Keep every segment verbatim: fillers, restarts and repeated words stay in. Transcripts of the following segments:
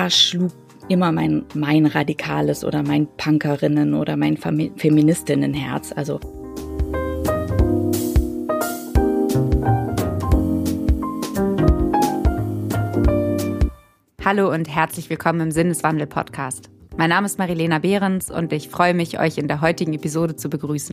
da schlug immer mein, mein radikales oder mein Punkerinnen- oder mein Femi- Feministinnenherz. Also Hallo und herzlich willkommen im Sinneswandel-Podcast. Mein Name ist Marilena Behrens und ich freue mich, euch in der heutigen Episode zu begrüßen.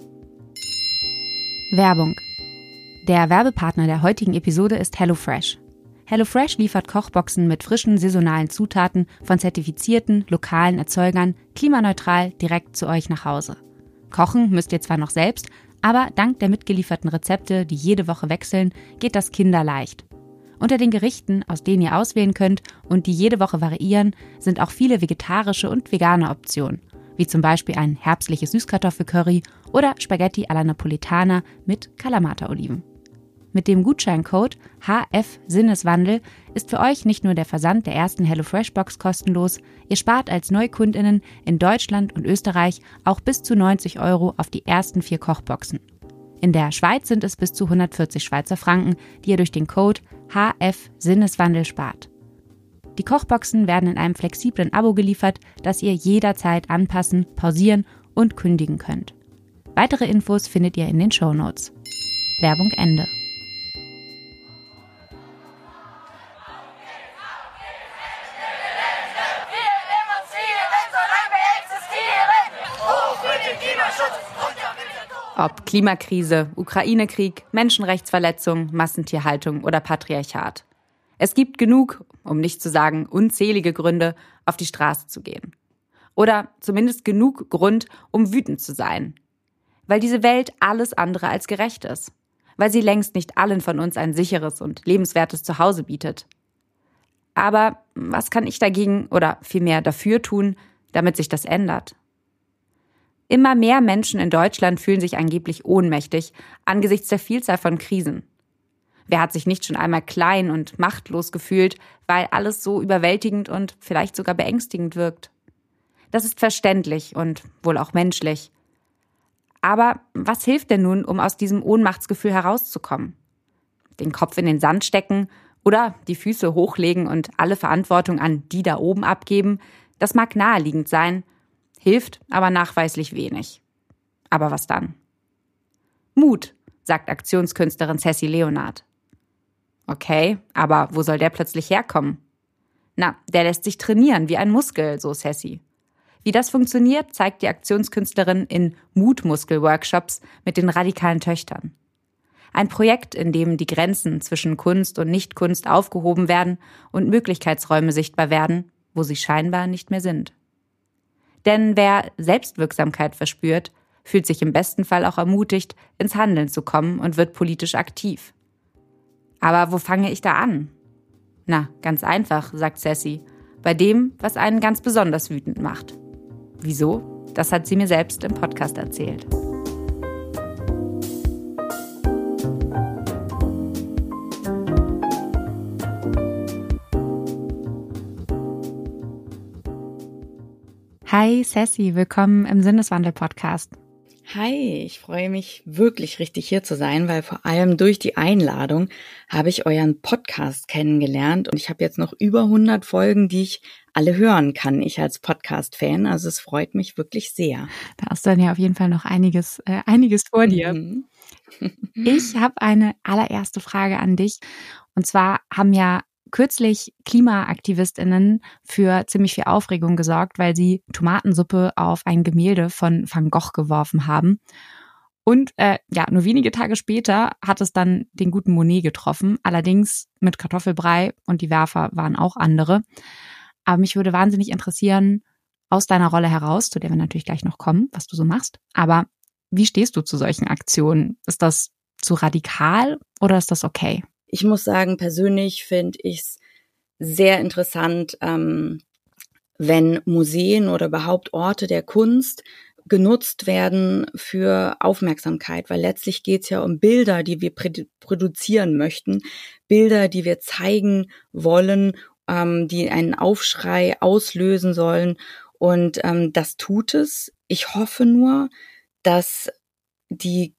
Werbung. Der Werbepartner der heutigen Episode ist HelloFresh. HelloFresh liefert Kochboxen mit frischen, saisonalen Zutaten von zertifizierten, lokalen Erzeugern, klimaneutral direkt zu euch nach Hause. Kochen müsst ihr zwar noch selbst, aber dank der mitgelieferten Rezepte, die jede Woche wechseln, geht das kinderleicht. Unter den Gerichten, aus denen ihr auswählen könnt und die jede Woche variieren, sind auch viele vegetarische und vegane Optionen, wie zum Beispiel ein herbstliches Süßkartoffelcurry oder Spaghetti alla Napolitana mit Kalamata-Oliven. Mit dem Gutscheincode H F Sinneswandel ist für euch nicht nur der Versand der ersten HelloFresh-Box kostenlos, ihr spart als NeukundInnen in Deutschland und Österreich auch bis zu neunzig Euro auf die ersten vier Kochboxen. In der Schweiz sind es bis zu hundertvierzig Schweizer Franken, die ihr durch den Code H F Sinneswandel spart. Die Kochboxen werden in einem flexiblen Abo geliefert, das ihr jederzeit anpassen, pausieren und kündigen könnt. Weitere Infos findet ihr in den Shownotes. Werbung Ende. Ob Klimakrise, Ukraine-Krieg, Menschenrechtsverletzung, Massentierhaltung oder Patriarchat. Es gibt genug, um nicht zu sagen unzählige Gründe, auf die Straße zu gehen. Oder zumindest genug Grund, um wütend zu sein. Weil diese Welt alles andere als gerecht ist. Weil sie längst nicht allen von uns ein sicheres und lebenswertes Zuhause bietet. Aber was kann ich dagegen oder vielmehr dafür tun, damit sich das ändert? Immer mehr Menschen in Deutschland fühlen sich angeblich ohnmächtig angesichts der Vielzahl von Krisen. Wer hat sich nicht schon einmal klein und machtlos gefühlt, weil alles so überwältigend und vielleicht sogar beängstigend wirkt? Das ist verständlich und wohl auch menschlich. Aber was hilft denn nun, um aus diesem Ohnmachtsgefühl herauszukommen? Den Kopf in den Sand stecken oder die Füße hochlegen und alle Verantwortung an die da oben abgeben? Das mag naheliegend sein, hilft aber nachweislich wenig. Aber was dann? Mut, sagt Aktionskünstlerin Sassy Leonard. Okay, aber wo soll der plötzlich herkommen? Na, der lässt sich trainieren wie ein Muskel, so Sassy. Wie das funktioniert, zeigt die Aktionskünstlerin in Mutmuskel-Workshops mit den radikalen Töchtern. Ein Projekt, in dem die Grenzen zwischen Kunst und Nichtkunst aufgehoben werden und Möglichkeitsräume sichtbar werden, wo sie scheinbar nicht mehr sind. Denn wer Selbstwirksamkeit verspürt, fühlt sich im besten Fall auch ermutigt, ins Handeln zu kommen und wird politisch aktiv. Aber wo fange ich da an? Na, ganz einfach, sagt Sassy, bei dem, was einen ganz besonders wütend macht. Wieso? Das hat sie mir selbst im Podcast erzählt. Hi Sassy, willkommen im Sinneswandel-Podcast. Hi, ich freue mich wirklich richtig hier zu sein, weil vor allem durch die Einladung habe ich euren Podcast kennengelernt und ich habe jetzt noch über hundert Folgen, die ich alle hören kann, ich als Podcast-Fan. Also es freut mich wirklich sehr. Da hast du dann ja auf jeden Fall noch einiges, äh, einiges vor dir. Mhm. Ich habe eine allererste Frage an dich und zwar haben ja kürzlich KlimaaktivistInnen für ziemlich viel Aufregung gesorgt, weil sie Tomatensuppe auf ein Gemälde von Van Gogh geworfen haben. Und äh, ja, nur wenige Tage später hat es dann den guten Monet getroffen, allerdings mit Kartoffelbrei und die Werfer waren auch andere. Aber mich würde wahnsinnig interessieren, aus deiner Rolle heraus, zu der wir natürlich gleich noch kommen, was du so machst, aber wie stehst du zu solchen Aktionen? Ist das zu radikal oder ist das okay? Ich muss sagen, persönlich finde ich es sehr interessant, ähm, wenn Museen oder überhaupt Orte der Kunst genutzt werden für Aufmerksamkeit, weil letztlich geht es ja um Bilder, die wir pr- produzieren möchten, Bilder, die wir zeigen wollen, ähm, die einen Aufschrei auslösen sollen und ähm, das tut es. Ich hoffe nur, dass die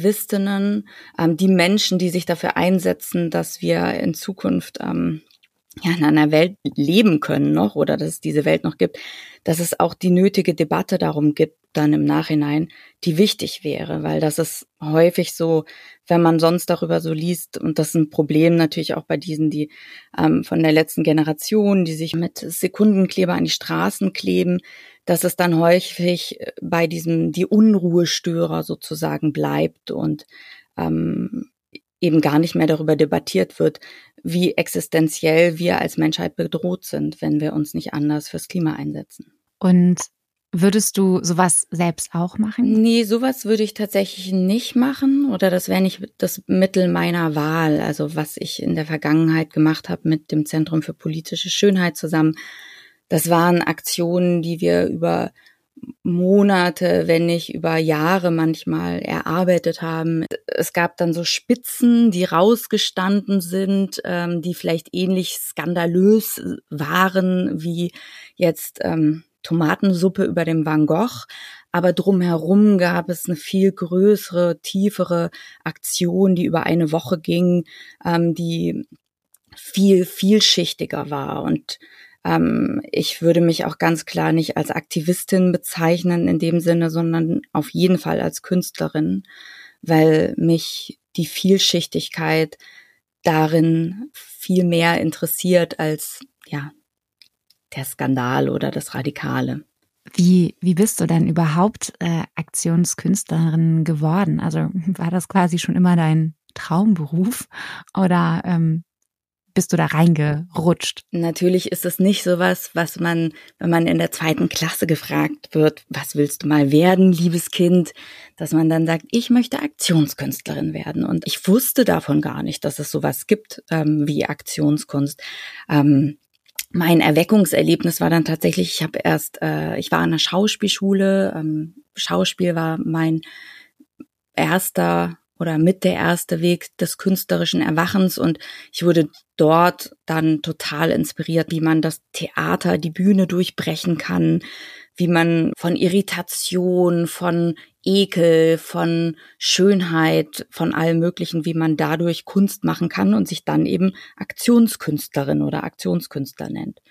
Klimaaktivistinnen, ähm, die Menschen, die sich dafür einsetzen, dass wir in Zukunft ähm, ja, in einer Welt leben können noch oder dass es diese Welt noch gibt, dass es auch die nötige Debatte darum gibt, dann im Nachhinein, die wichtig wäre, weil das ist häufig so, wenn man sonst darüber so liest, und das ist ein Problem natürlich auch bei diesen, die ähm, von der letzten Generation, die sich mit Sekundenkleber an die Straßen kleben, dass es dann häufig bei diesem, die Unruhestörer sozusagen bleibt und ähm, eben gar nicht mehr darüber debattiert wird, wie existenziell wir als Menschheit bedroht sind, wenn wir uns nicht anders fürs Klima einsetzen. Und würdest du sowas selbst auch machen? Nee, sowas würde ich tatsächlich nicht machen oder das wäre nicht das Mittel meiner Wahl. Also was ich in der Vergangenheit gemacht habe mit dem Zentrum für politische Schönheit zusammen, das waren Aktionen, die wir über Monate, wenn nicht über Jahre manchmal erarbeitet haben. Es gab dann so Spitzen, die rausgestanden sind, ähm, die vielleicht ähnlich skandalös waren wie jetzt ähm, Tomatensuppe über dem Van Gogh. Aber drumherum gab es eine viel größere, tiefere Aktion, die über eine Woche ging, ähm, die viel vielschichtiger war. Und ähm, ich würde mich auch ganz klar nicht als Aktivistin bezeichnen in dem Sinne, sondern auf jeden Fall als Künstlerin, weil mich die Vielschichtigkeit darin viel mehr interessiert als ja der Skandal oder das Radikale. Wie, wie bist du denn überhaupt äh, Aktionskünstlerin geworden? Also war das quasi schon immer dein Traumberuf oder ähm, bist du da reingerutscht? Natürlich ist es nicht sowas, was man, wenn man in der zweiten Klasse gefragt wird, was willst du mal werden, liebes Kind, dass man dann sagt, ich möchte Aktionskünstlerin werden. Und ich wusste davon gar nicht, dass es sowas gibt ähm, wie Aktionskunst. Ähm, Mein Erweckungserlebnis war dann tatsächlich, ich habe erst, äh, ich war an der Schauspielschule, ähm, Schauspiel war mein erster oder mit der erste Weg des künstlerischen Erwachens und ich wurde dort dann total inspiriert, wie man das Theater, die Bühne durchbrechen kann, wie man von Irritation, von Ekel, von Schönheit, von allem Möglichen, wie man dadurch Kunst machen kann und sich dann eben Aktionskünstlerin oder Aktionskünstler nennt.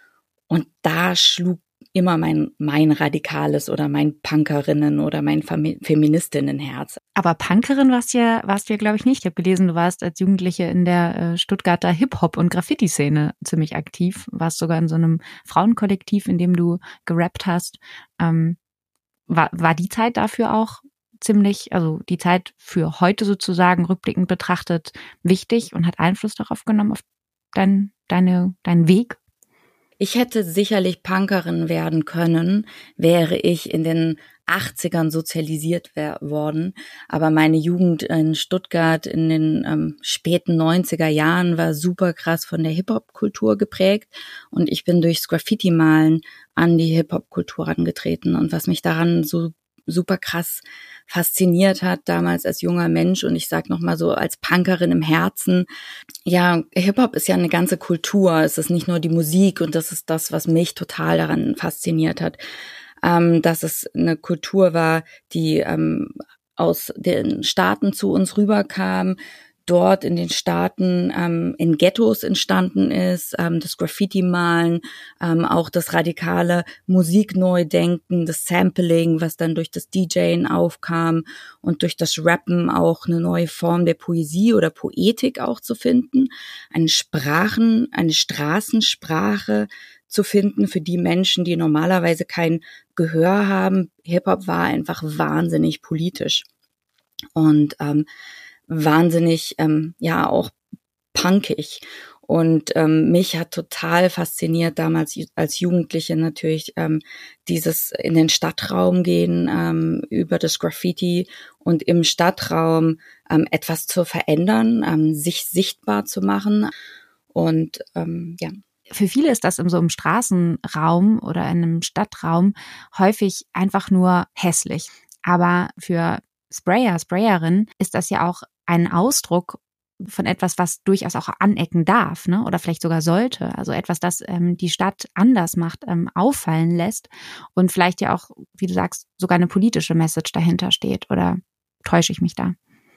Und da schlug immer mein mein radikales oder mein Punkerinnen oder mein Feministinnenherz. Aber Punkerin warst ja, warst du ja, glaube ich, nicht. Ich habe gelesen, du warst als Jugendliche in der äh, Stuttgarter Hip-Hop- und Graffiti-Szene ziemlich aktiv. Warst sogar in so einem Frauenkollektiv, in dem du gerappt hast. Ähm, war, war die Zeit dafür auch ziemlich, also die Zeit für heute sozusagen rückblickend betrachtet, wichtig und hat Einfluss darauf genommen, auf dein, deine, deinen Weg? Ich hätte sicherlich Punkerin werden können, wäre ich in den achtzigern sozialisiert wer- worden. Aber meine Jugend in Stuttgart in den ähm, späten neunziger Jahren war super krass von der Hip-Hop-Kultur geprägt. Und ich bin durchs Graffiti-Malen an die Hip-Hop-Kultur herangetreten. Und was mich daran so super krass fasziniert hat, damals als junger Mensch und ich sag nochmal so als Punkerin im Herzen, ja, Hip-Hop ist ja eine ganze Kultur, es ist nicht nur die Musik und das ist das, was mich total daran fasziniert hat, ähm, dass es eine Kultur war, die ähm, aus den Staaten zu uns rüberkam, dort in den Staaten ähm, in Ghettos entstanden ist, ähm, das Graffiti-Malen, ähm, auch das radikale Musikneudenken, das Sampling, was dann durch das DJen aufkam und durch das Rappen auch eine neue Form der Poesie oder Poetik auch zu finden, eine Sprachen, eine Straßensprache zu finden für die Menschen, die normalerweise kein Gehör haben. Hip-Hop war einfach wahnsinnig politisch und ähm, wahnsinnig, ähm, ja, auch punkig. Und ähm, mich hat total fasziniert damals als Jugendliche natürlich ähm, dieses in den Stadtraum gehen ähm, über das Graffiti und im Stadtraum ähm, etwas zu verändern, ähm, sich sichtbar zu machen. Und ähm, ja. Für viele ist das in so einem Straßenraum oder in einem Stadtraum häufig einfach nur hässlich. Aber für Sprayer, Sprayerin ist das ja auch ein Ausdruck von etwas, was durchaus auch anecken darf, ne? Oder vielleicht sogar sollte. Also etwas, das ähm, die Stadt anders macht, ähm, auffallen lässt und vielleicht ja auch, wie du sagst, sogar eine politische Message dahinter steht. Oder täusche ich mich da?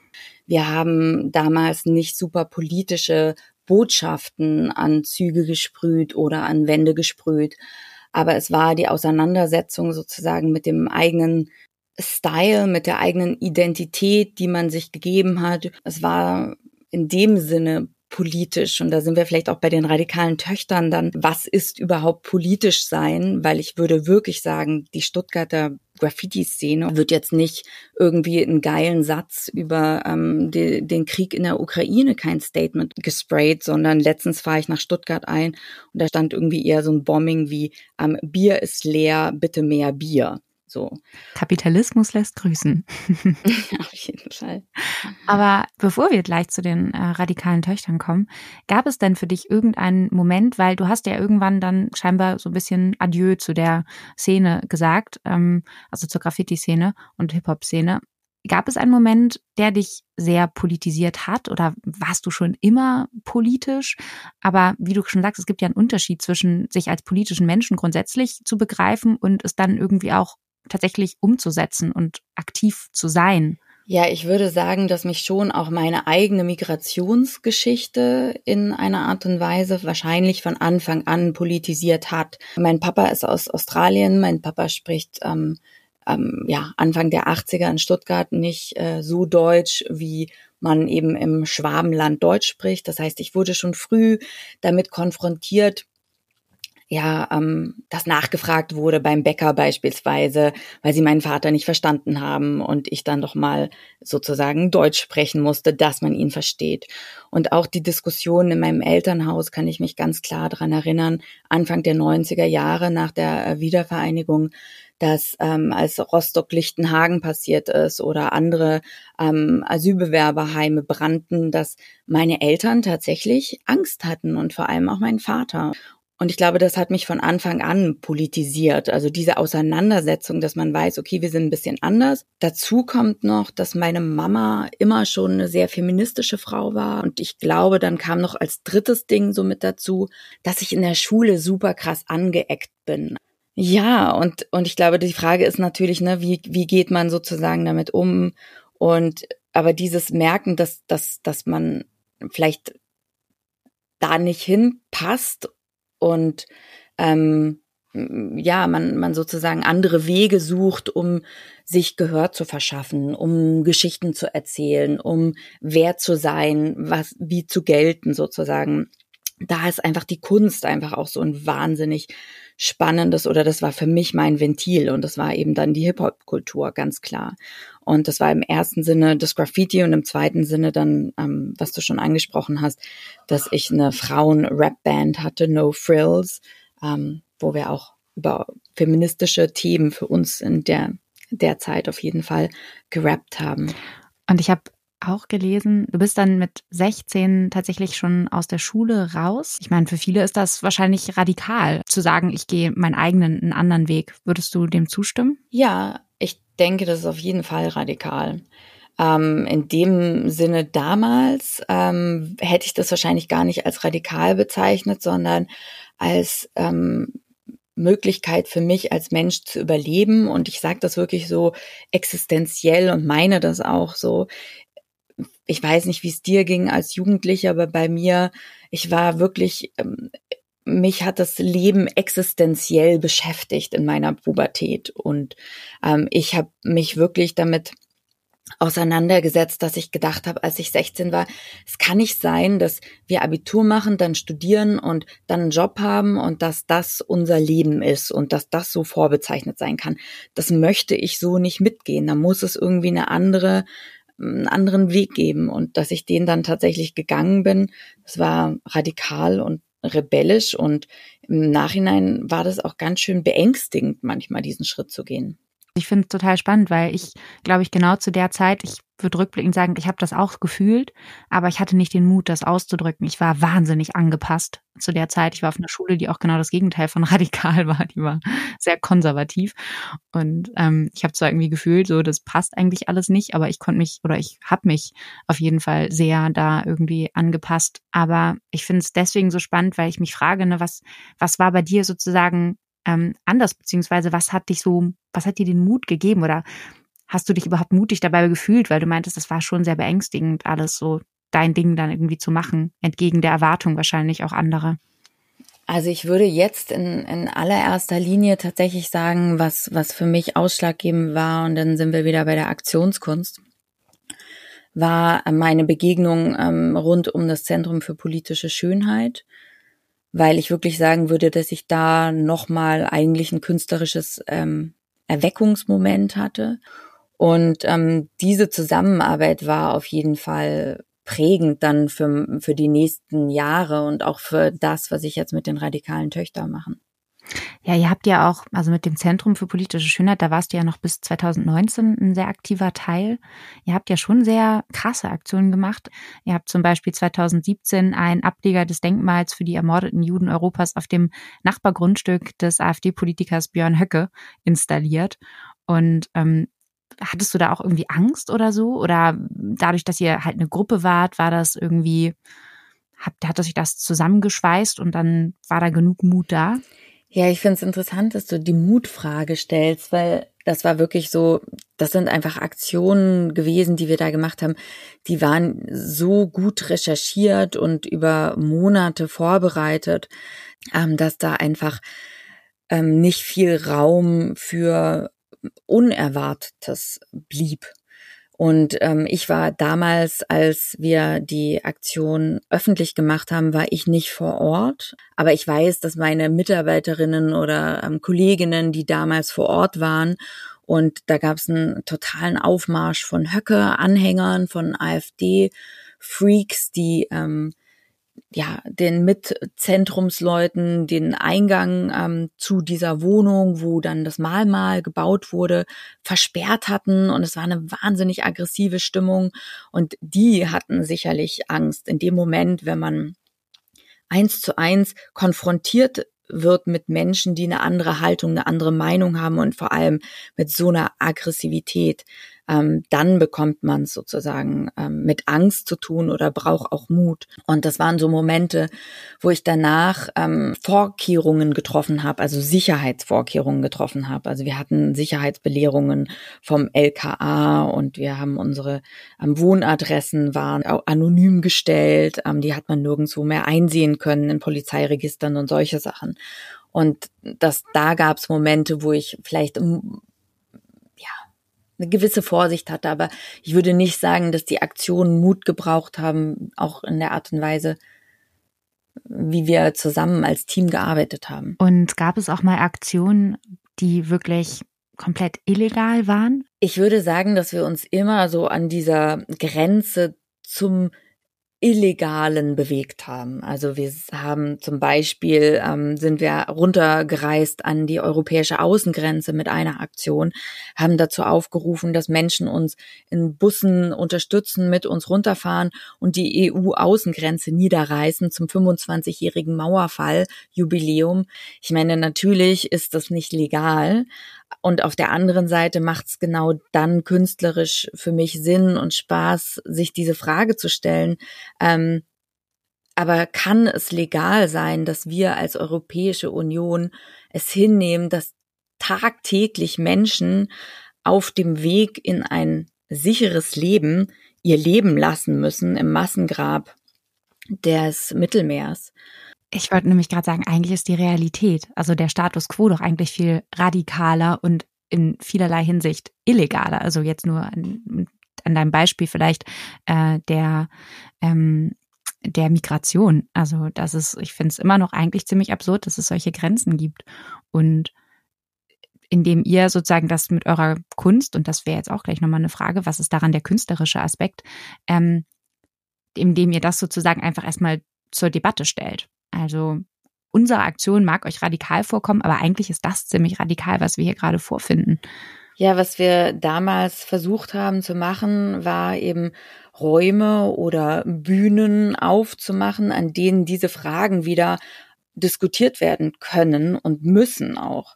Wir haben damals nicht super politische Botschaften an Züge gesprüht oder an Wände gesprüht. Aber es war die Auseinandersetzung sozusagen mit dem eigenen Style, mit der eigenen Identität, die man sich gegeben hat. Es war in dem Sinne politisch. Und da sind wir vielleicht auch bei den radikalen Töchtern dann. Was ist überhaupt politisch sein? Weil ich würde wirklich sagen, die Stuttgarter Graffiti-Szene wird jetzt nicht irgendwie einen geilen Satz über ähm, die, den Krieg in der Ukraine, kein Statement gesprayt, sondern letztens fahre ich nach Stuttgart ein und da stand irgendwie eher so ein Bombing wie ähm, Bier ist leer, bitte mehr Bier. So. Kapitalismus lässt grüßen. Auf jeden Fall. Aber bevor wir gleich zu den äh, radikalen Töchtern kommen, gab es denn für dich irgendeinen Moment, weil du hast ja irgendwann dann scheinbar so ein bisschen Adieu zu der Szene gesagt, ähm, also zur Graffiti-Szene und Hip-Hop-Szene. Gab es einen Moment, der dich sehr politisiert hat oder warst du schon immer politisch? Aber wie du schon sagst, es gibt ja einen Unterschied zwischen sich als politischen Menschen grundsätzlich zu begreifen und es dann irgendwie auch tatsächlich umzusetzen und aktiv zu sein. Ja, ich würde sagen, dass mich schon auch meine eigene Migrationsgeschichte in einer Art und Weise wahrscheinlich von Anfang an politisiert hat. Mein Papa ist aus Australien, mein Papa spricht ähm, ähm, ja Anfang der achtziger in Stuttgart nicht äh, so Deutsch, wie man eben im Schwabenland Deutsch spricht. Das heißt, ich wurde schon früh damit konfrontiert, ja, ähm, dass nachgefragt wurde beim Bäcker beispielsweise, weil sie meinen Vater nicht verstanden haben und ich dann doch mal sozusagen Deutsch sprechen musste, dass man ihn versteht. Und auch die Diskussion in meinem Elternhaus kann ich mich ganz klar daran erinnern, Anfang der neunziger Jahre nach der Wiedervereinigung, dass ähm, als Rostock-Lichtenhagen passiert ist oder andere ähm, Asylbewerberheime brannten, dass meine Eltern tatsächlich Angst hatten und vor allem auch mein Vater. Und ich glaube, das hat mich von Anfang an politisiert. Also diese Auseinandersetzung, dass man weiß, okay, wir sind ein bisschen anders. Dazu kommt noch, dass meine Mama immer schon eine sehr feministische Frau war. Und ich glaube, dann kam noch als drittes Ding so mit dazu, dass ich in der Schule super krass angeeckt bin. Ja, und und ich glaube, die Frage ist natürlich, ne, wie wie geht man sozusagen damit um? Und aber dieses Merken, dass dass dass man vielleicht da nicht hinpasst und ähm, ja, man man sozusagen andere Wege sucht, um sich Gehör zu verschaffen, um Geschichten zu erzählen, um wert zu sein, was wie zu gelten sozusagen. Da ist einfach die Kunst einfach auch so ein wahnsinnig spannendes, oder das war für mich mein Ventil und das war eben dann die Hip-Hop-Kultur, ganz klar. Und das war im ersten Sinne das Graffiti und im zweiten Sinne dann, ähm, was du schon angesprochen hast, dass ich eine Frauen-Rap-Band hatte, No Frills, ähm, wo wir auch über feministische Themen für uns in der, der Zeit auf jeden Fall gerappt haben. Und ich habe auch gelesen, du bist dann mit sechzehn tatsächlich schon aus der Schule raus. Ich meine, für viele ist das wahrscheinlich radikal, zu sagen, ich gehe meinen eigenen, einen anderen Weg. Würdest du dem zustimmen? Ja, ich denke, das ist auf jeden Fall radikal. Ähm, in dem Sinne damals ähm, hätte ich das wahrscheinlich gar nicht als radikal bezeichnet, sondern als ähm, Möglichkeit für mich als Mensch zu überleben. Und ich sage das wirklich so existenziell und meine das auch so. Ich weiß nicht, wie es dir ging als Jugendlicher, aber bei mir, ich war wirklich, ähm, mich hat das Leben existenziell beschäftigt in meiner Pubertät. Und ähm, ich habe mich wirklich damit auseinandergesetzt, dass ich gedacht habe, als ich sechzehn war, es kann nicht sein, dass wir Abitur machen, dann studieren und dann einen Job haben und dass das unser Leben ist und dass das so vorbezeichnet sein kann. Das möchte ich so nicht mitgehen. Da muss es irgendwie eine andere einen anderen Weg geben, und dass ich den dann tatsächlich gegangen bin, das war radikal und rebellisch, und im Nachhinein war das auch ganz schön beängstigend, manchmal diesen Schritt zu gehen. Ich finde es total spannend, weil ich, glaube ich, genau zu der Zeit, ich würde rückblickend sagen, ich habe das auch gefühlt, aber ich hatte nicht den Mut, das auszudrücken. Ich war wahnsinnig angepasst zu der Zeit. Ich war auf einer Schule, die auch genau das Gegenteil von radikal war. Die war sehr konservativ. Und ähm, ich habe zwar irgendwie gefühlt, so das passt eigentlich alles nicht, aber ich konnte mich oder ich habe mich auf jeden Fall sehr da irgendwie angepasst. Aber ich finde es deswegen so spannend, weil ich mich frage, ne, was was war bei dir sozusagen ähm, anders, beziehungsweise was hat dich so, was hat dir den Mut gegeben oder hast du dich überhaupt mutig dabei gefühlt? Weil du meintest, das war schon sehr beängstigend, alles so dein Ding dann irgendwie zu machen, entgegen der Erwartung wahrscheinlich auch anderer. Also ich würde jetzt in, in allererster Linie tatsächlich sagen, was, was für mich ausschlaggebend war, und dann sind wir wieder bei der Aktionskunst, war meine Begegnung ähm, rund um das Zentrum für politische Schönheit, weil ich wirklich sagen würde, dass ich da nochmal eigentlich ein künstlerisches ähm, Erweckungsmoment hatte. Und ähm, diese Zusammenarbeit war auf jeden Fall prägend dann für, für die nächsten Jahre und auch für das, was ich jetzt mit den radikalen Töchtern mache. Ja, ihr habt ja auch, also mit dem Zentrum für politische Schönheit, da warst du ja noch bis zwanzig neunzehn ein sehr aktiver Teil. Ihr habt ja schon sehr krasse Aktionen gemacht. Ihr habt zum Beispiel zwanzig siebzehn einen Ableger des Denkmals für die ermordeten Juden Europas auf dem Nachbargrundstück des AfD-Politikers Björn Höcke installiert. Und ähm, hattest du da auch irgendwie Angst oder so? Oder dadurch, dass ihr halt eine Gruppe wart, war das irgendwie, hat, hat sich das zusammengeschweißt und dann war da genug Mut da? Ja, ich finde es interessant, dass du die Mutfrage stellst, weil das war wirklich so, das sind einfach Aktionen gewesen, die wir da gemacht haben, die waren so gut recherchiert und über Monate vorbereitet, ähm, dass da einfach ähm, nicht viel Raum für Unerwartetes blieb. Und ähm, ich war damals, als wir die Aktion öffentlich gemacht haben, war ich nicht vor Ort. Aber ich weiß, dass meine Mitarbeiterinnen oder ähm, Kolleginnen, die damals vor Ort waren, und da gab es einen totalen Aufmarsch von Höcke-Anhängern, von AfD-Freaks, die ähm, ja, den Mitzentrumsleuten den Eingang ähm, zu dieser Wohnung, wo dann das Mahlmal gebaut wurde, versperrt hatten, und es war eine wahnsinnig aggressive Stimmung, und die hatten sicherlich Angst in dem Moment, wenn man eins zu eins konfrontiert wird mit Menschen, die eine andere Haltung, eine andere Meinung haben und vor allem mit so einer Aggressivität. Ähm, dann bekommt man es sozusagen ähm, mit Angst zu tun oder braucht auch Mut. Und das waren so Momente, wo ich danach ähm, Vorkehrungen getroffen habe, also Sicherheitsvorkehrungen getroffen habe. Also wir hatten Sicherheitsbelehrungen vom L K A und wir haben unsere ähm, Wohnadressen waren auch anonym gestellt. Ähm, die hat man nirgendwo mehr einsehen können in Polizeiregistern und solche Sachen. Und das, da gab es Momente, wo ich vielleicht eine gewisse Vorsicht hatte, aber ich würde nicht sagen, dass die Aktionen Mut gebraucht haben, auch in der Art und Weise, wie wir zusammen als Team gearbeitet haben. Und gab es auch mal Aktionen, die wirklich komplett illegal waren? Ich würde sagen, dass wir uns immer so an dieser Grenze zum Illegalen bewegt haben. Also wir haben zum Beispiel, ähm, sind wir runtergereist an die europäische Außengrenze mit einer Aktion, haben dazu aufgerufen, dass Menschen uns in Bussen unterstützen, mit uns runterfahren und die E U-Außengrenze niederreißen zum fünfundzwanzigjährigen Mauerfall-Jubiläum. Ich meine, natürlich ist das nicht legal, und auf der anderen Seite macht es genau dann künstlerisch für mich Sinn und Spaß, sich diese Frage zu stellen. Ähm, aber kann es legal sein, dass wir als Europäische Union es hinnehmen, dass tagtäglich Menschen auf dem Weg in ein sicheres Leben ihr Leben lassen müssen im Massengrab des Mittelmeers? Ich wollte nämlich gerade sagen, eigentlich ist die Realität, also der Status quo, doch eigentlich viel radikaler und in vielerlei Hinsicht illegaler. Also jetzt nur an, an deinem Beispiel vielleicht äh, der ähm, der Migration. Also das ist, ich finde es immer noch eigentlich ziemlich absurd, dass es solche Grenzen gibt. Und indem ihr sozusagen das mit eurer Kunst, und das wäre jetzt auch gleich nochmal eine Frage, was ist daran der künstlerische Aspekt, ähm, indem ihr das sozusagen einfach erstmal zur Debatte stellt. Also unsere Aktion mag euch radikal vorkommen, aber eigentlich ist das ziemlich radikal, was wir hier gerade vorfinden. Ja, was wir damals versucht haben zu machen, war eben Räume oder Bühnen aufzumachen, an denen diese Fragen wieder diskutiert werden können und müssen auch.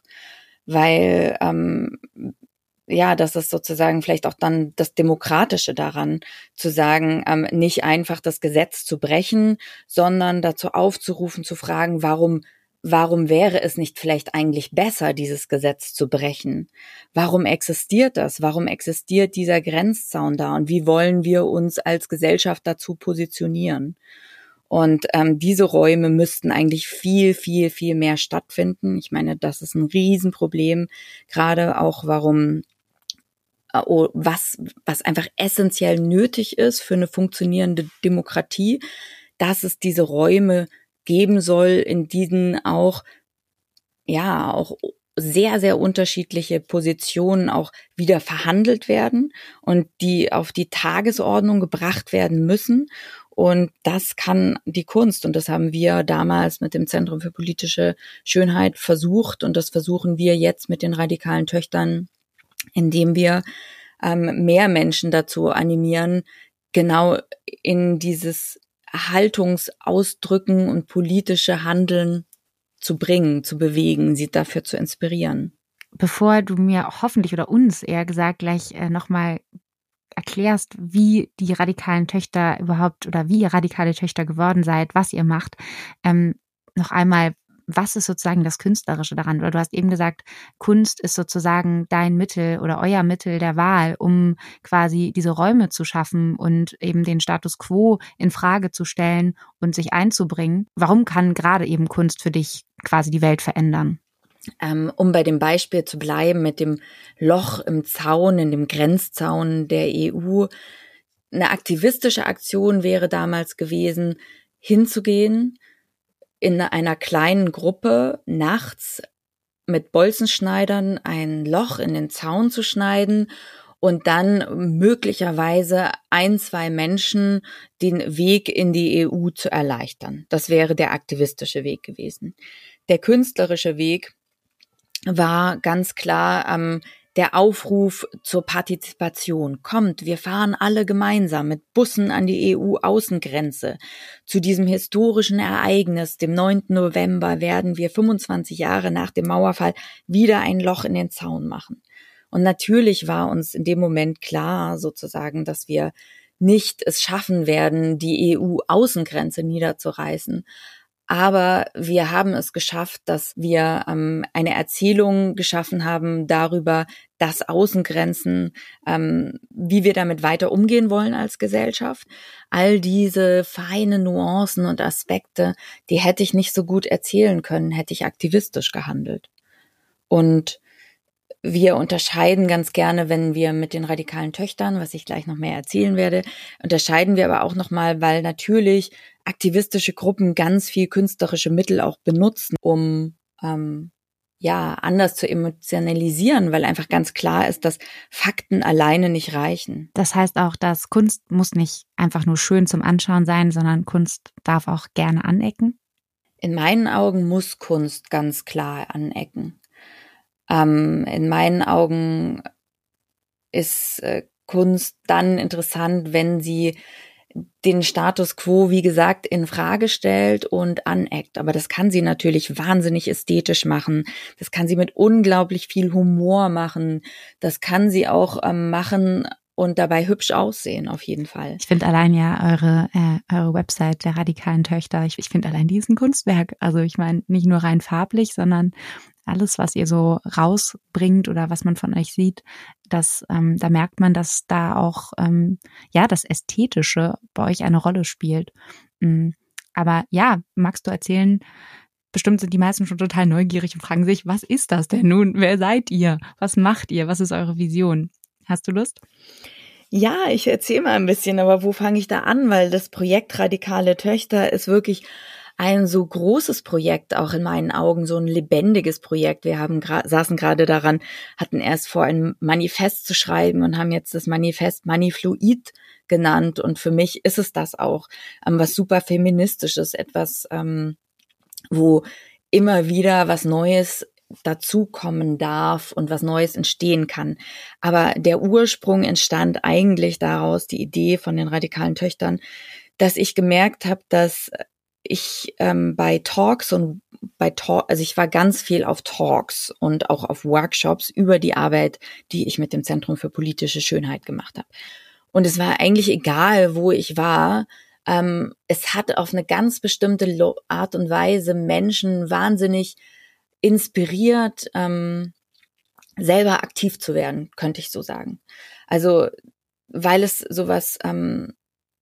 Weil ähm, ja, das ist sozusagen vielleicht auch dann das Demokratische daran, zu sagen, ähm, nicht einfach das Gesetz zu brechen, sondern dazu aufzurufen, zu fragen, warum warum wäre es nicht vielleicht eigentlich besser, dieses Gesetz zu brechen? Warum existiert das? Warum existiert dieser Grenzzaun da? Und wie wollen wir uns als Gesellschaft dazu positionieren? Und ähm, diese Räume müssten eigentlich viel, viel, viel mehr stattfinden. Ich meine, das ist ein Riesenproblem, gerade auch warum, äh, was, was einfach essentiell nötig ist für eine funktionierende Demokratie, dass es diese Räume geben soll, in denen auch, ja, auch sehr, sehr unterschiedliche Positionen auch wieder verhandelt werden und die auf die Tagesordnung gebracht werden müssen. Und das kann die Kunst. Und das haben wir damals mit dem Zentrum für politische Schönheit versucht. Und das versuchen wir jetzt mit den radikalen Töchtern, indem wir ähm, mehr Menschen dazu animieren, genau in dieses Haltungsausdrücken und politische Handeln zu bringen, zu bewegen, sie dafür zu inspirieren. Bevor du mir hoffentlich oder uns eher gesagt gleich äh, nochmal erklärst, wie die radikalen Töchter überhaupt oder wie ihr radikale Töchter geworden seid, was ihr macht, ähm, noch einmal, was ist sozusagen das Künstlerische daran? Oder du hast eben gesagt, Kunst ist sozusagen dein Mittel oder euer Mittel der Wahl, um quasi diese Räume zu schaffen und eben den Status quo in Frage zu stellen und sich einzubringen. Warum kann gerade eben Kunst für dich quasi die Welt verändern? Ähm, um bei dem Beispiel zu bleiben mit dem Loch im Zaun, in dem Grenzzaun der E U, eine aktivistische Aktion wäre damals gewesen, hinzugehen, in einer kleinen Gruppe nachts mit Bolzenschneidern ein Loch in den Zaun zu schneiden und dann möglicherweise ein, zwei Menschen den Weg in die E U zu erleichtern. Das wäre der aktivistische Weg gewesen. Der künstlerische Weg war ganz klar ähm, der Aufruf zur Partizipation. Kommt, wir fahren alle gemeinsam mit Bussen an die E U-Außengrenze. Zu diesem historischen Ereignis, dem neunten November, werden wir fünfundzwanzig Jahre nach dem Mauerfall wieder ein Loch in den Zaun machen. Und natürlich war uns in dem Moment klar, sozusagen, dass wir nicht es schaffen werden, die E U-Außengrenze niederzureißen. Aber wir haben es geschafft, dass wir ähm, eine Erzählung geschaffen haben darüber, dass Außengrenzen, ähm, wie wir damit weiter umgehen wollen als Gesellschaft. All diese feinen Nuancen und Aspekte, die hätte ich nicht so gut erzählen können, hätte ich aktivistisch gehandelt. Und wir unterscheiden ganz gerne, wenn wir mit den radikalen Töchtern, was ich gleich noch mehr erzählen werde, unterscheiden wir aber auch nochmal, weil natürlich aktivistische Gruppen ganz viel künstlerische Mittel auch benutzen, um ähm, ja anders zu emotionalisieren, weil einfach ganz klar ist, dass Fakten alleine nicht reichen. Das heißt auch, dass Kunst muss nicht einfach nur schön zum Anschauen sein, sondern Kunst darf auch gerne anecken? In meinen Augen muss Kunst ganz klar anecken. Ähm, in meinen Augen ist äh, Kunst dann interessant, wenn sie den Status quo, wie gesagt, in Frage stellt und aneckt. Aber das kann sie natürlich wahnsinnig ästhetisch machen. Das kann sie mit unglaublich viel Humor machen. Das kann sie auch ähm, machen und dabei hübsch aussehen, auf jeden Fall. Ich finde allein ja eure äh, eure Website der radikalen Töchter, ich, ich finde allein diesen Kunstwerk, also ich meine nicht nur rein farblich, sondern alles, was ihr so rausbringt oder was man von euch sieht, das, ähm, da merkt man, dass da auch ähm, ja das Ästhetische bei euch eine Rolle spielt. Mhm. Aber ja, magst du erzählen, bestimmt sind die meisten schon total neugierig und fragen sich, was ist das denn nun? Wer seid ihr? Was macht ihr? Was ist eure Vision? Hast du Lust? Ja, ich erzähle mal ein bisschen, aber wo fange ich da an? Weil das Projekt Radikale Töchter ist wirklich ein so großes Projekt, auch in meinen Augen, so ein lebendiges Projekt. Wir haben gra- saßen gerade daran, hatten erst vor, ein Manifest zu schreiben und haben jetzt das Manifest Manifluid genannt. Und für mich ist es das auch, ähm, was super feministisches, etwas, ähm, wo immer wieder was Neues dazukommen darf und was Neues entstehen kann. Aber der Ursprung entstand eigentlich daraus, die Idee von den radikalen Töchtern, dass ich gemerkt habe, dass ich ähm, bei Talks und bei Talk, also ich war ganz viel auf Talks und auch auf Workshops über die Arbeit, die ich mit dem Zentrum für politische Schönheit gemacht habe. Und es war eigentlich egal, wo ich war, Ähm, es hat auf eine ganz bestimmte Art und Weise Menschen wahnsinnig inspiriert, ähm, selber aktiv zu werden, könnte ich so sagen. Also, weil es sowas ähm,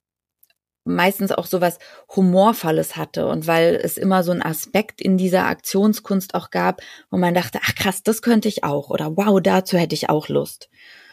meistens auch sowas Humorvolles hatte und weil es immer so einen Aspekt in dieser Aktionskunst auch gab, wo man dachte, ach krass, das könnte ich auch oder wow, dazu hätte ich auch Lust.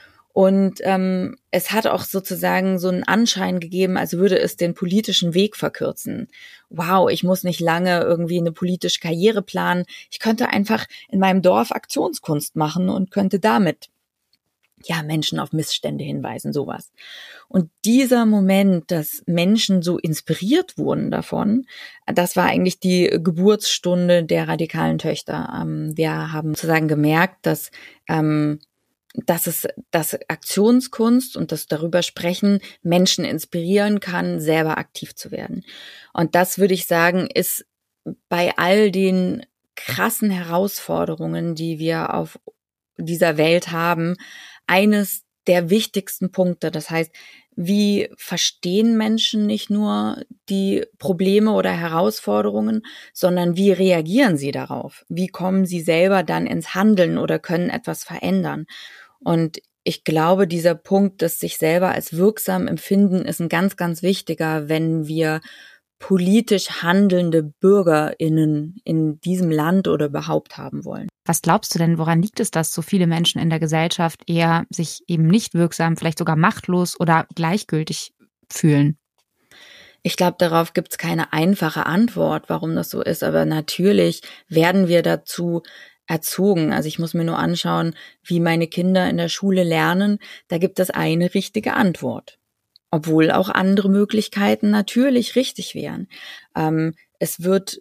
Und ähm, es hat auch sozusagen so einen Anschein gegeben, als würde es den politischen Weg verkürzen. Wow, ich muss nicht lange irgendwie eine politische Karriere planen. Ich könnte einfach in meinem Dorf Aktionskunst machen und könnte damit ja Menschen auf Missstände hinweisen, sowas. Und dieser Moment, dass Menschen so inspiriert wurden davon, das war eigentlich die Geburtsstunde der radikalen Töchter. Ähm, wir haben sozusagen gemerkt, dass ähm, dass es, dass Aktionskunst und das darüber sprechen Menschen inspirieren kann, selber aktiv zu werden. Und das würde ich sagen, ist bei all den krassen Herausforderungen, die wir auf dieser Welt haben, eines der wichtigsten Punkte. Das heißt, wie verstehen Menschen nicht nur die Probleme oder Herausforderungen, sondern wie reagieren sie darauf? Wie kommen sie selber dann ins Handeln oder können etwas verändern? Und ich glaube, dieser Punkt, das sich selber als wirksam empfinden, ist ein ganz, ganz wichtiger, wenn wir politisch handelnde BürgerInnen in diesem Land oder überhaupt haben wollen. Was glaubst du denn, woran liegt es, dass so viele Menschen in der Gesellschaft eher sich eben nicht wirksam, vielleicht sogar machtlos oder gleichgültig fühlen? Ich glaube, darauf gibt es keine einfache Antwort, warum das so ist. Aber natürlich werden wir dazu erzogen. Also ich muss mir nur anschauen, wie meine Kinder in der Schule lernen. Da gibt es eine richtige Antwort. Obwohl auch andere Möglichkeiten natürlich richtig wären. Ähm, es wird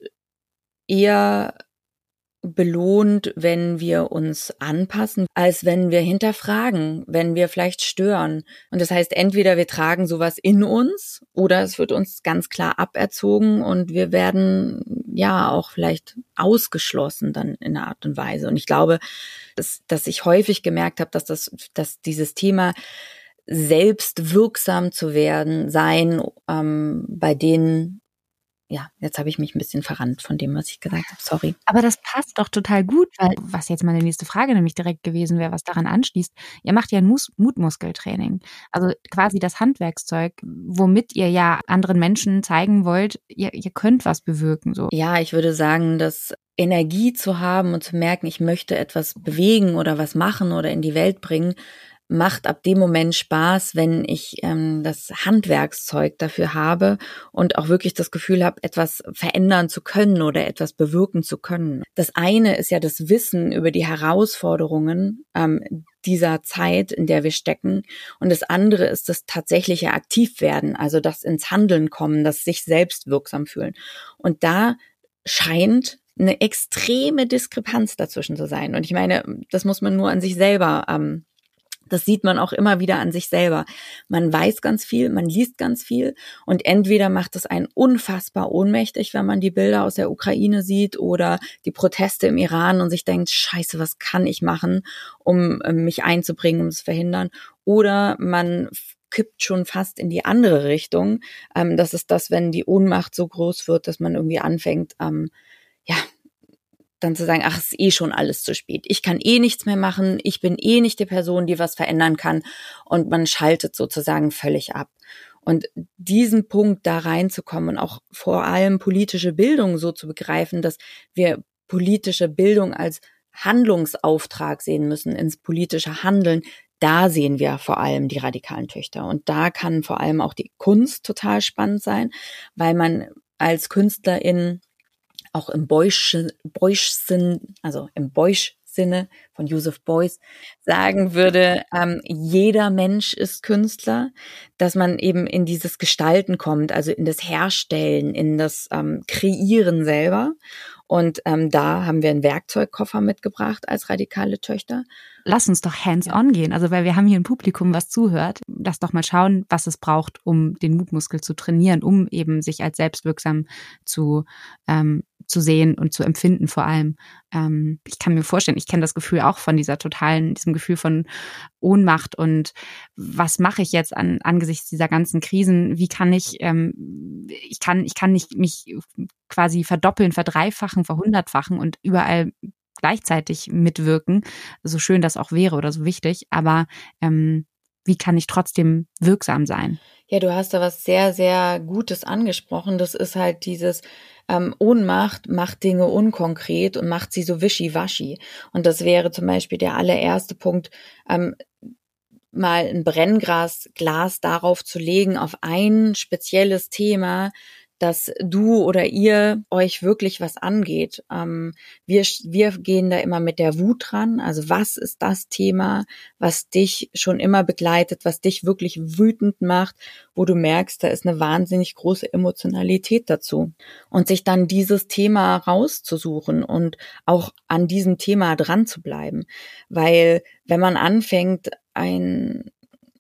eher belohnt, wenn wir uns anpassen, als wenn wir hinterfragen, wenn wir vielleicht stören. Und das heißt, entweder wir tragen sowas in uns oder es wird uns ganz klar aberzogen und wir werden ja auch vielleicht ausgeschlossen dann in einer Art und Weise. Und ich glaube, dass, dass ich häufig gemerkt habe, dass das, dass dieses Thema selbst wirksam zu werden, sein, ähm, bei denen, ja, jetzt habe ich mich ein bisschen verrannt von dem, was ich gesagt habe, sorry. Aber das passt doch total gut, weil, was jetzt meine nächste Frage nämlich direkt gewesen wäre, was daran anschließt, ihr macht ja ein Mus- Mutmuskeltraining, also quasi das Handwerkszeug, womit ihr ja anderen Menschen zeigen wollt, ihr, ihr könnt was bewirken. So. Ja, ich würde sagen, dass Energie zu haben und zu merken, ich möchte etwas bewegen oder was machen oder in die Welt bringen, macht ab dem Moment Spaß, wenn ich ähm, das Handwerkszeug dafür habe und auch wirklich das Gefühl habe, etwas verändern zu können oder etwas bewirken zu können. Das eine ist ja das Wissen über die Herausforderungen ähm, dieser Zeit, in der wir stecken. Und das andere ist das tatsächliche Aktivwerden, also das ins Handeln kommen, das sich selbst wirksam fühlen. Und da scheint eine extreme Diskrepanz dazwischen zu sein. Und ich meine, das muss man nur an sich selber ähm, Das sieht man auch immer wieder an sich selber. Man weiß ganz viel, man liest ganz viel und entweder macht es einen unfassbar ohnmächtig, wenn man die Bilder aus der Ukraine sieht oder die Proteste im Iran und sich denkt, scheiße, was kann ich machen, um mich einzubringen, um es zu verhindern. Oder man kippt schon fast in die andere Richtung. Das ist das, wenn die Ohnmacht so groß wird, dass man irgendwie anfängt, ja, dann zu sagen, ach, es ist eh schon alles zu spät. Ich kann eh nichts mehr machen. Ich bin eh nicht die Person, die was verändern kann. Und man schaltet sozusagen völlig ab. Und diesen Punkt da reinzukommen und auch vor allem politische Bildung so zu begreifen, dass wir politische Bildung als Handlungsauftrag sehen müssen, ins politische Handeln, da sehen wir vor allem die radikalen Töchter. Und da kann vor allem auch die Kunst total spannend sein, weil man als Künstlerin auch im Beuysschen, Beuysschen, also im Beuys-Sinne von Joseph Beuys sagen würde, ähm, jeder Mensch ist Künstler, dass man eben in dieses Gestalten kommt, also in das Herstellen, in das ähm, Kreieren selber. Und ähm, da haben wir einen Werkzeugkoffer mitgebracht als radikale Töchter. Lass uns doch hands-on gehen. Also weil wir haben hier ein Publikum, was zuhört. Lass doch mal schauen, was es braucht, um den Mutmuskel zu trainieren, um eben sich als selbstwirksam zu, ähm, zu sehen und zu empfinden vor allem. Ähm, ich kann mir vorstellen, ich kenne das Gefühl auch von dieser totalen, diesem Gefühl von Ohnmacht und was mache ich jetzt an, angesichts dieser ganzen Krisen? Wie kann ich, ähm, ich kann, ich kann nicht mich quasi verdoppeln, verdreifachen, verhundertfachen und überall gleichzeitig mitwirken, so schön das auch wäre oder so wichtig, aber ähm, wie kann ich trotzdem wirksam sein? Ja, du hast da was sehr, sehr Gutes angesprochen. Das ist halt dieses ähm, Ohnmacht macht Dinge unkonkret und macht sie so wischiwaschi. Und das wäre zum Beispiel der allererste Punkt, ähm, mal ein Brennglasglas darauf zu legen, auf ein spezielles Thema, dass du oder ihr euch wirklich was angeht. Ähm, wir, wir gehen da immer mit der Wut dran. Also was ist das Thema, was dich schon immer begleitet, was dich wirklich wütend macht, wo du merkst, da ist eine wahnsinnig große Emotionalität dazu. Und sich dann dieses Thema rauszusuchen und auch an diesem Thema dran zu bleiben. Weil wenn man anfängt, ein,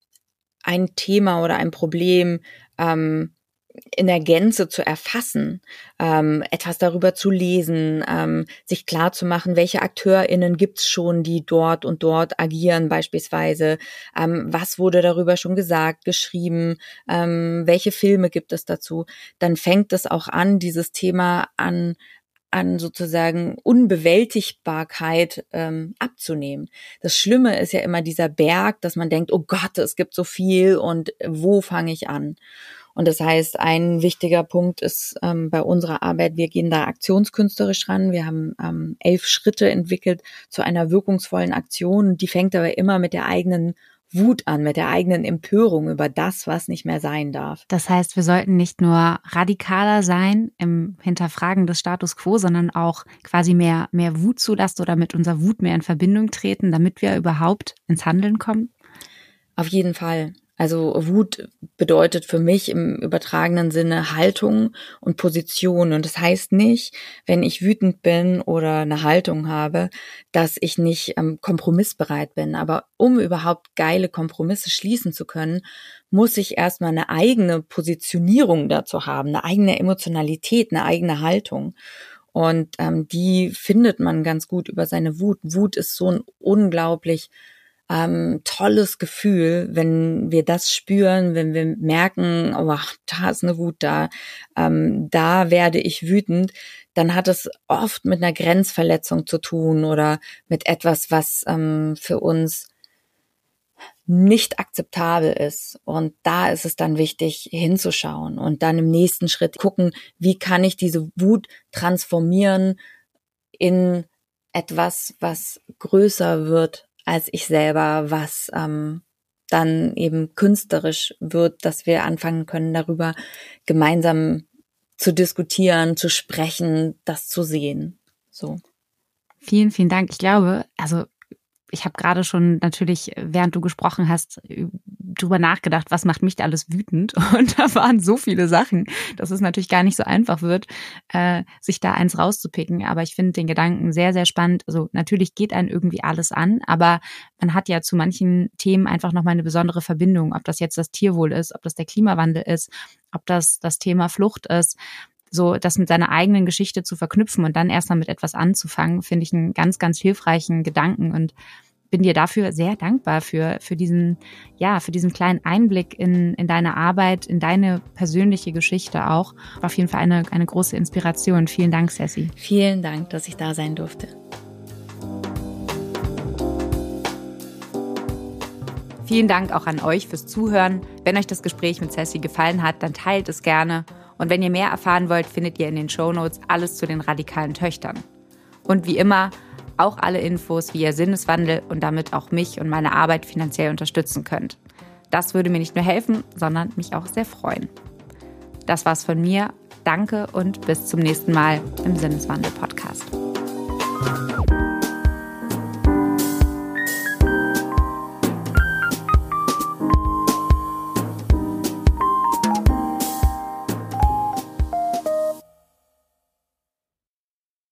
ein Thema oder ein Problem ähm, in der Gänze zu erfassen, ähm, etwas darüber zu lesen, ähm, sich klar zu machen, welche AkteurInnen gibt's schon, die dort und dort agieren beispielsweise, ähm, was wurde darüber schon gesagt, geschrieben, ähm, welche Filme gibt es dazu, dann fängt es auch an, dieses Thema an an sozusagen Unbewältigbarkeit ähm, abzunehmen. Das Schlimme ist ja immer dieser Berg, dass man denkt, oh Gott, es gibt so viel und wo fange ich an? Und das heißt, ein wichtiger Punkt ist ähm, bei unserer Arbeit, wir gehen da aktionskünstlerisch ran. Wir haben ähm, elf Schritte entwickelt zu einer wirkungsvollen Aktion. Die fängt aber immer mit der eigenen Wut an, mit der eigenen Empörung über das, was nicht mehr sein darf. Das heißt, wir sollten nicht nur radikaler sein im Hinterfragen des Status quo, sondern auch quasi mehr, mehr Wut zulassen oder mit unserer Wut mehr in Verbindung treten, damit wir überhaupt ins Handeln kommen? Auf jeden Fall. Also Wut bedeutet für mich im übertragenen Sinne Haltung und Position. Und das heißt nicht, wenn ich wütend bin oder eine Haltung habe, dass ich nicht ähm, kompromissbereit bin. Aber um überhaupt geile Kompromisse schließen zu können, muss ich erstmal eine eigene Positionierung dazu haben, eine eigene Emotionalität, eine eigene Haltung. Und ähm, die findet man ganz gut über seine Wut. Wut ist so ein unglaublich Ähm, tolles Gefühl, wenn wir das spüren, wenn wir merken, oh, da ist eine Wut da, ähm, da werde ich wütend, dann hat es oft mit einer Grenzverletzung zu tun oder mit etwas, was ähm, für uns nicht akzeptabel ist. Und da ist es dann wichtig, hinzuschauen und dann im nächsten Schritt gucken, wie kann ich diese Wut transformieren in etwas, was größer wird als ich selber, was ähm, dann eben künstlerisch wird, dass wir anfangen können, darüber gemeinsam zu diskutieren, zu sprechen, das zu sehen. So. Vielen, vielen Dank. Ich glaube, also ich habe gerade schon natürlich, während du gesprochen hast, drüber nachgedacht, was macht mich da alles wütend? Und da waren so viele Sachen, dass es natürlich gar nicht so einfach wird, äh, sich da eins rauszupicken. Aber ich finde den Gedanken sehr, sehr spannend. Also natürlich geht einen irgendwie alles an, aber man hat ja zu manchen Themen einfach nochmal eine besondere Verbindung. Ob das jetzt das Tierwohl ist, ob das der Klimawandel ist, ob das das Thema Flucht ist. So, das mit seiner eigenen Geschichte zu verknüpfen und dann erstmal mit etwas anzufangen, finde ich einen ganz, ganz hilfreichen Gedanken und bin dir dafür sehr dankbar für, für diesen, ja, für diesen kleinen Einblick in, in deine Arbeit, in deine persönliche Geschichte auch. War auf jeden Fall eine, eine große Inspiration. Vielen Dank, Sassy. Vielen Dank, dass ich da sein durfte. Vielen Dank auch an euch fürs Zuhören. Wenn euch das Gespräch mit Sassy gefallen hat, dann teilt es gerne. Und wenn ihr mehr erfahren wollt, findet ihr in den Shownotes alles zu den radikalen Töchtern. Und wie immer, auch alle Infos, wie ihr Sinneswandel und damit auch mich und meine Arbeit finanziell unterstützen könnt. Das würde mir nicht nur helfen, sondern mich auch sehr freuen. Das war's von mir. Danke und bis zum nächsten Mal im Sinneswandel-Podcast.